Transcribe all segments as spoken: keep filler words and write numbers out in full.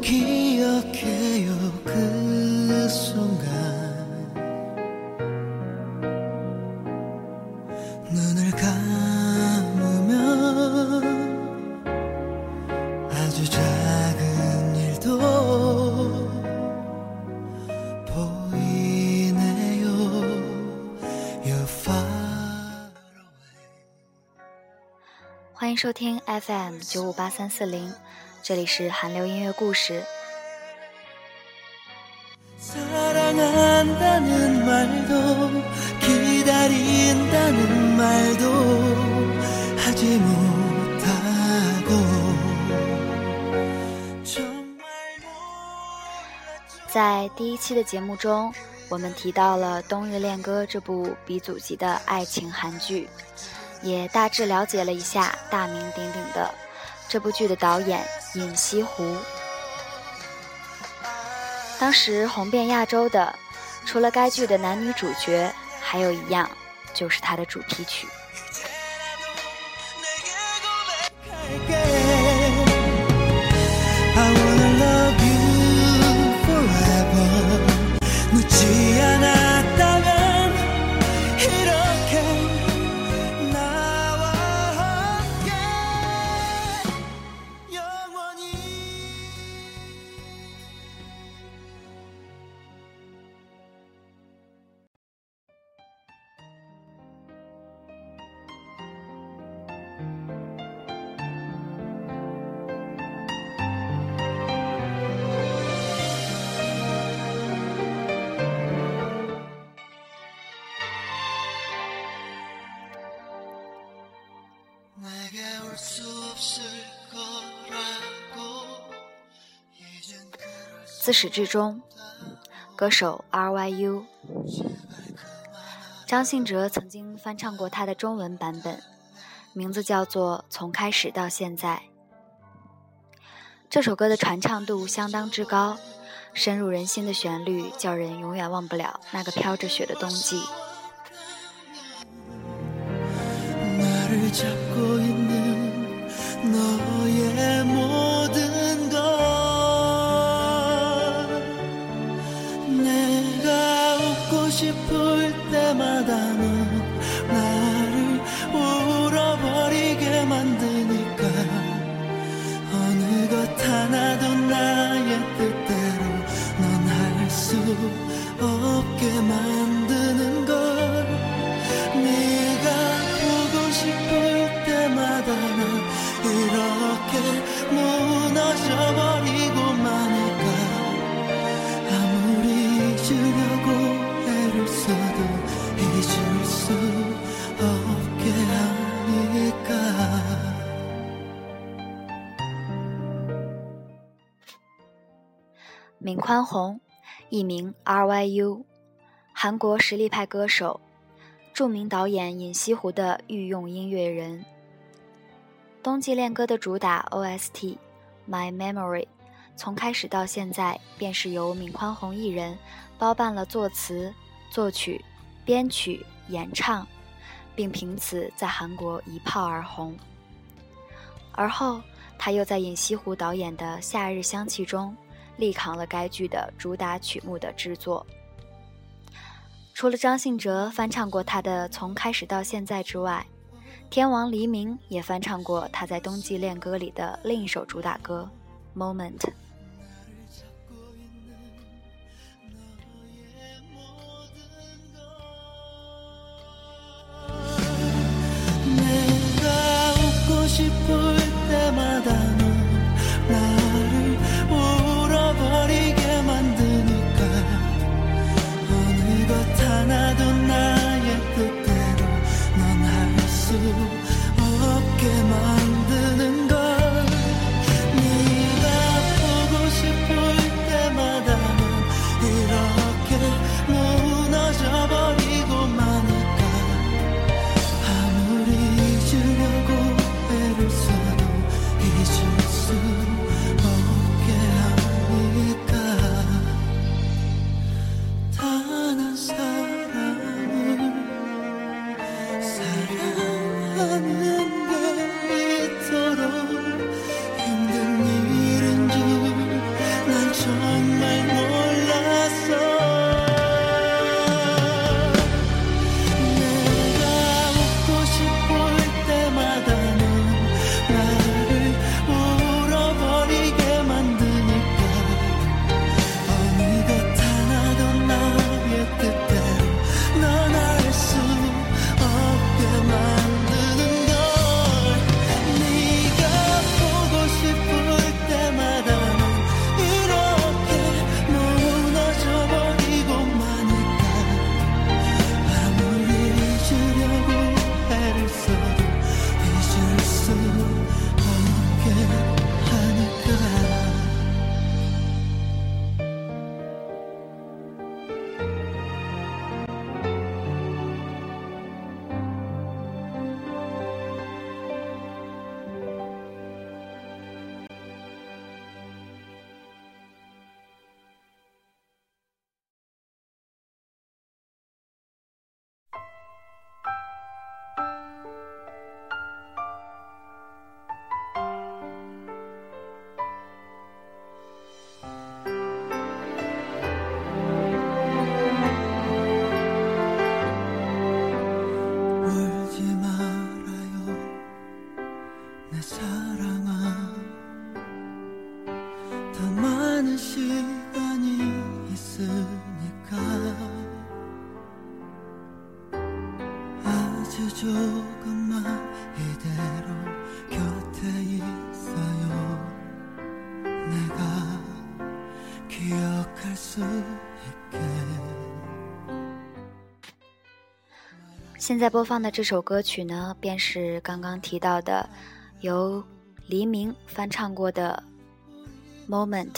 기억해요 그 순간 눈을 감으면 아주 작은 일도 보이네요 You're far away 欢迎收听 F M 九五八三四零，这里是韩流音乐故事。 사랑한다는 말도 기다린다는 말도 하지 못하고 정말 在第一期的节目中，我们提到了《冬日恋歌》这部鼻祖级的爱情韩剧，也大致了解了一下大名鼎鼎的这部剧的导演尹锡湖。当时红遍亚洲的，除了该剧的男女主角，还有一样，就是它的主题曲。 I wanna love you forever 늦지 않았다면 이렇게 나와 함께 영원히 내게 올 수 없을 거라고 이젠 그럴 수 自始至终，歌手 R Y U 张信哲曾经翻唱过他的中文版本，名字叫做《从开始到现在》。这首歌的传唱度相当之高，深入人心的旋律叫人永远忘不了那个飘着雪的冬季。 나를 잡고 있는 너의 모든 것 내가 웃고 싶을 때마다 넌 나를 울어버리게 만드니까 어느 것 하나도 나의 뜻대로 넌 할 수 없게 만드는 걸 네가 싶을 때마다 난 이렇게 무너져버리고 마니까 아무리 잊으려고 애를 써도 잊을 수 없게 하니까 闵宽宏，艺名 R Y U， 韩国实力派歌手，著名导演尹锡湖的御用音乐人。冬季恋歌的主打 O S T My Memory 从开始到现在便是由闵宽宏一人包办了作词、作曲、编曲、演唱，并凭此在韩国一炮而红。而后他又在尹锡湖导演的《夏日香气》中力扛了该剧的主打曲目的制作。除了张信哲翻唱过他的《从开始到现在》之外，天王黎明也翻唱过他在《冬季恋歌》里的另一首主打歌《Moment》。 내가 웃고 싶을 때마다 넌 나를 울어버리게 만드니까 어느 것 하나도 나의 뜻대로 넌 할 수 없게 만드는 걸 네가 现在播放的这首歌曲呢，便是刚刚提到的由黎明翻唱过的《Moment》。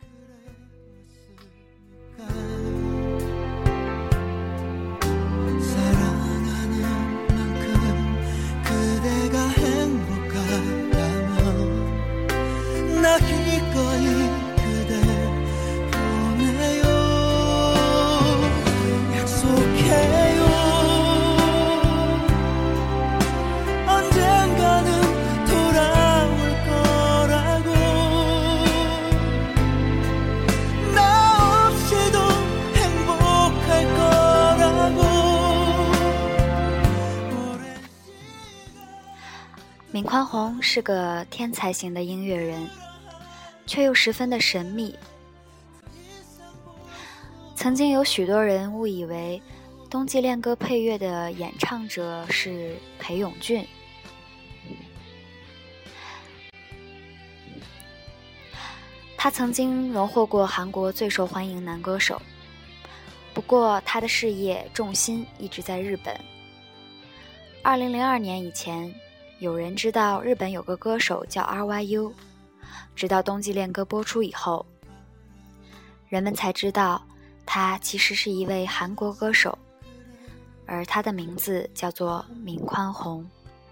闵宽宏是个天才型的音乐人，却又十分的神秘。曾经有许多人误以为冬季恋歌配乐的演唱者是裴勇俊。他曾经荣获过韩国最受欢迎男歌手，不过他的事业重心一直在日本。二零零二年以前，有人知道日本有个歌手叫 R Y U， 直到冬季恋歌播出以后，人们才知道他其实是一位韩国歌手，而他的名字叫做闵宽宏。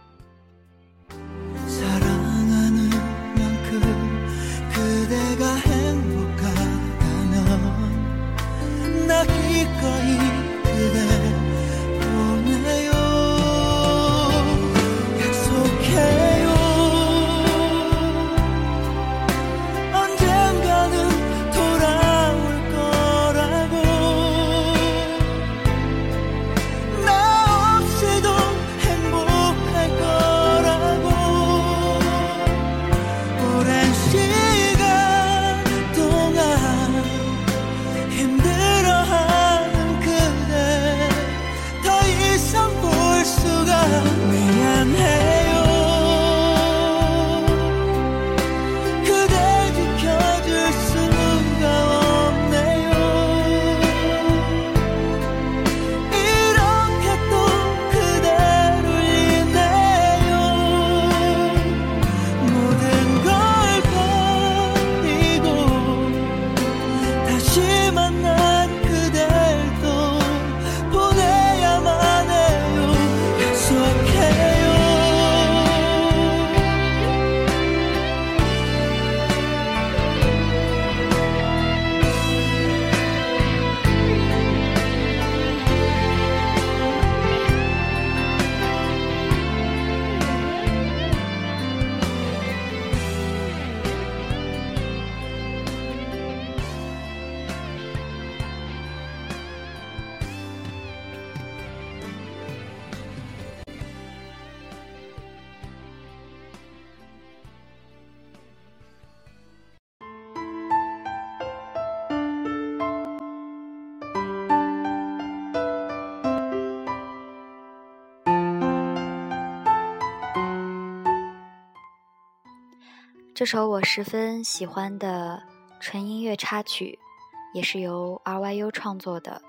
这首我十分喜欢的纯音乐插曲，也是由 R Y U 创作的，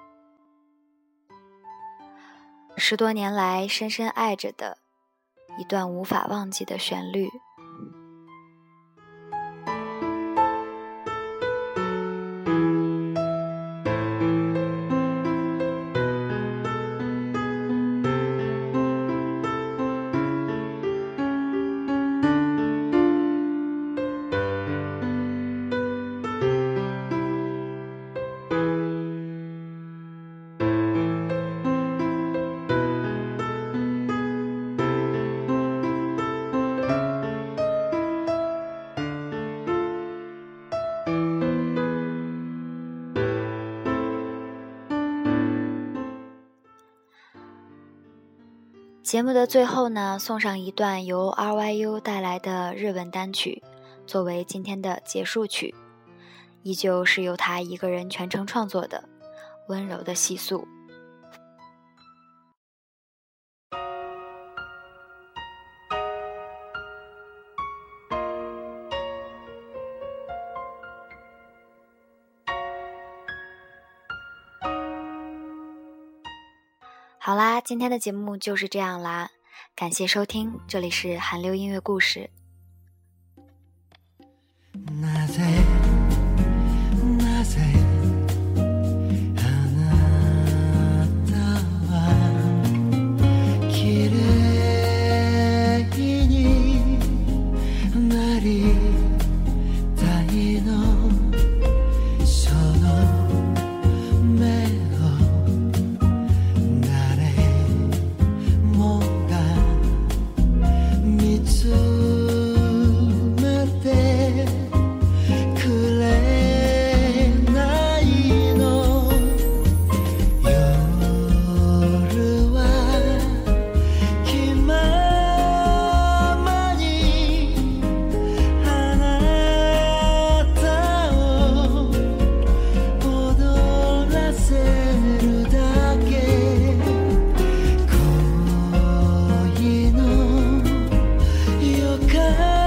十多年来深深爱着的一段无法忘记的旋律。节目的最后呢，送上一段由 R Y U 带来的日文单曲，作为今天的结束曲，依旧是由他一个人全程创作的，温柔的细诉。 好啦，今天的节目就是这样啦，感謝收聽，這裡是韓流音樂故事。 なぜなぜあなたは綺麗になりたいのその目を誰もが見つめてくれないの夜は気ままにあなたを踊らせるだけ恋の予感